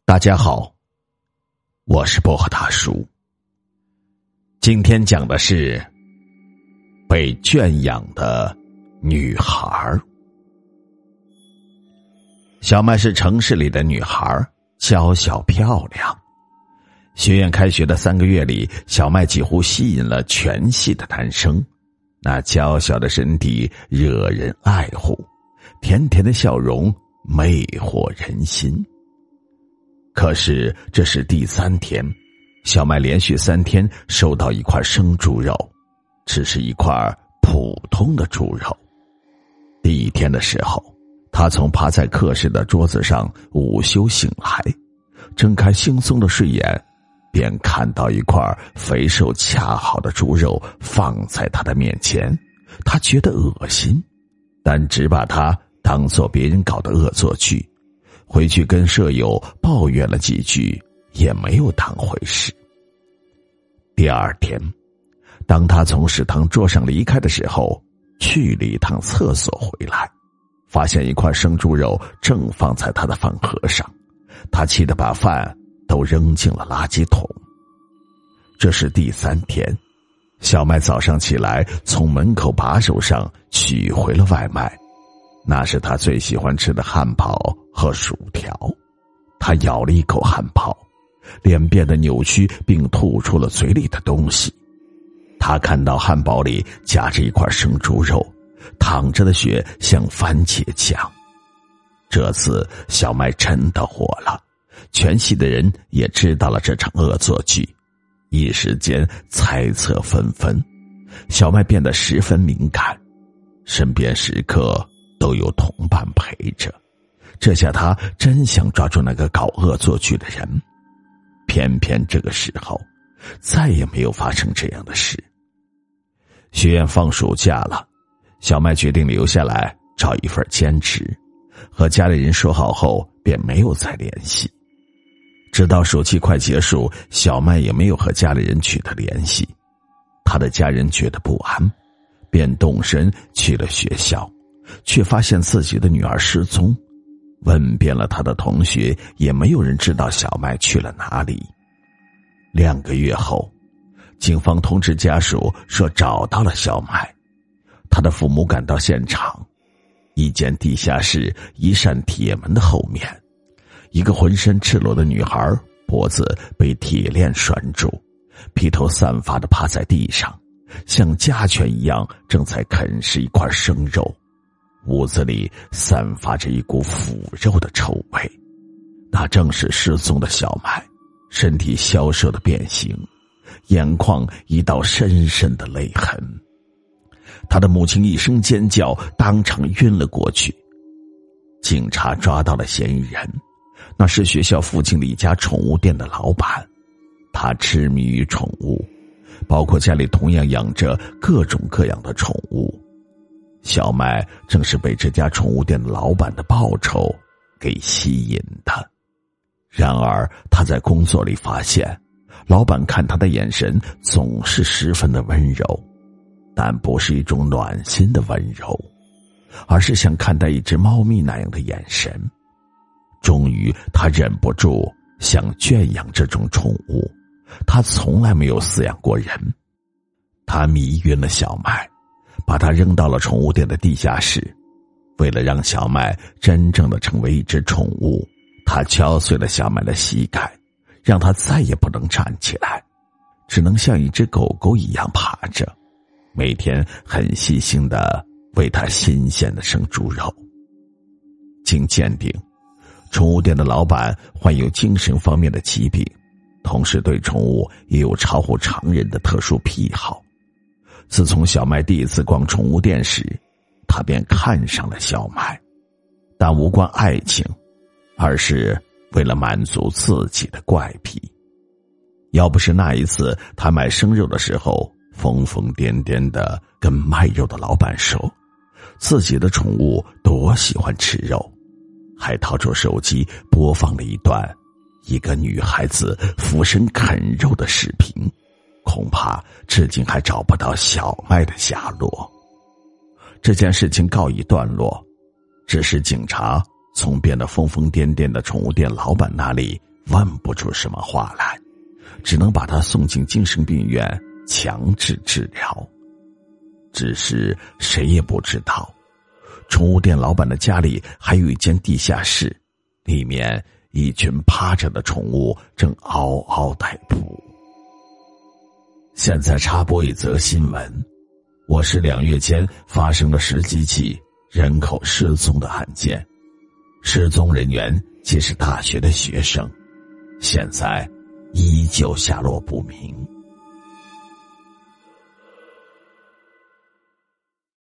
大家好，我是薄荷大叔。今天讲的是被圈养的女孩。小麦是城市里的女孩，娇小漂亮。学院开学的3个月里，小麦几乎吸引了全系的男生。那娇小的身体惹人爱护，甜甜的笑容魅惑人心。可是这是第3天，小麦连续3天收到一块生猪肉，只是一块普通的猪肉。第1天的时候，他从趴在课室的桌子上午休醒来，睁开惺忪的睡眼，便看到一块肥瘦恰好的猪肉放在他的面前。他觉得恶心，但只把它当作别人搞的恶作剧。回去跟舍友抱怨了几句，也没有当回事。第2天，当他从食堂桌上离开的时候，去了一趟厕所回来，发现一块生猪肉正放在他的饭盒上，他气得把饭都扔进了垃圾桶。这是第3天，小麦早上起来从门口把手上取回了外卖，那是他最喜欢吃的汉堡和薯条。他咬了一口汉堡，脸变得扭曲，并吐出了嘴里的东西。他看到汉堡里夹着一块生猪肉，淌着的血像番茄酱。这次小麦真的火了，全系的人也知道了这场恶作剧，一时间猜测纷纷。小麦变得十分敏感，身边时刻都有同伴陪着。这下他真想抓住那个搞恶作剧的人，偏偏这个时候再也没有发生这样的事。学院放暑假了，小麦决定留下来找一份兼职，和家里人说好后便没有再联系。直到暑期快结束，小麦也没有和家里人取得联系。他的家人觉得不安，便动身去了学校，却发现自己的女儿失踪。问遍了他的同学，也没有人知道小麦去了哪里。2个月后，警方通知家属说找到了小麦。他的父母赶到现场，一间地下室一扇铁门的后面，一个浑身赤裸的女孩，脖子被铁链拴住，披头散发地趴在地上，像家犬一样正在啃食一块生肉。屋子里散发着一股腐肉的臭味，那正是失踪的小麦，身体消瘦的变形，眼眶一道深深的泪痕。他的母亲一声尖叫，当场晕了过去。警察抓到了嫌疑人，那是学校附近的一家宠物店的老板。他痴迷于宠物，包括家里同样养着各种各样的宠物。小麦正是被这家宠物店的老板的报酬给吸引的。然而他在工作里发现，老板看他的眼神总是十分的温柔，但不是一种暖心的温柔，而是像看待一只猫咪那样的眼神。终于他忍不住想圈养这种宠物，他从来没有饲养过人。他迷晕了小麦，把它扔到了宠物店的地下室。为了让小麦真正的成为一只宠物，他敲碎了小麦的膝盖，让它再也不能站起来，只能像一只狗狗一样爬着，每天很细心地喂它新鲜的生猪肉。经鉴定，宠物店的老板患有精神方面的疾病，同时对宠物也有超乎常人的特殊癖好。自从小麦第一次逛宠物店时，他便看上了小麦，但无关爱情，而是为了满足自己的怪癖。要不是那一次他买生肉的时候疯疯癫癫地跟卖肉的老板说自己的宠物多喜欢吃肉，还掏出手机播放了一段一个女孩子俯身啃肉的视频，恐怕至今还找不到小麦的下落。这件事情告一段落，只是警察从变得疯疯癫癫的宠物店老板那里问不出什么话来，只能把他送进精神病院强制治疗。只是谁也不知道，宠物店老板的家里还有一间地下室，里面一群趴着的宠物正嗷嗷待哺。现在插播一则新闻，我市2月间发生了10几起人口失踪的案件，失踪人员皆是大学的学生，现在依旧下落不明。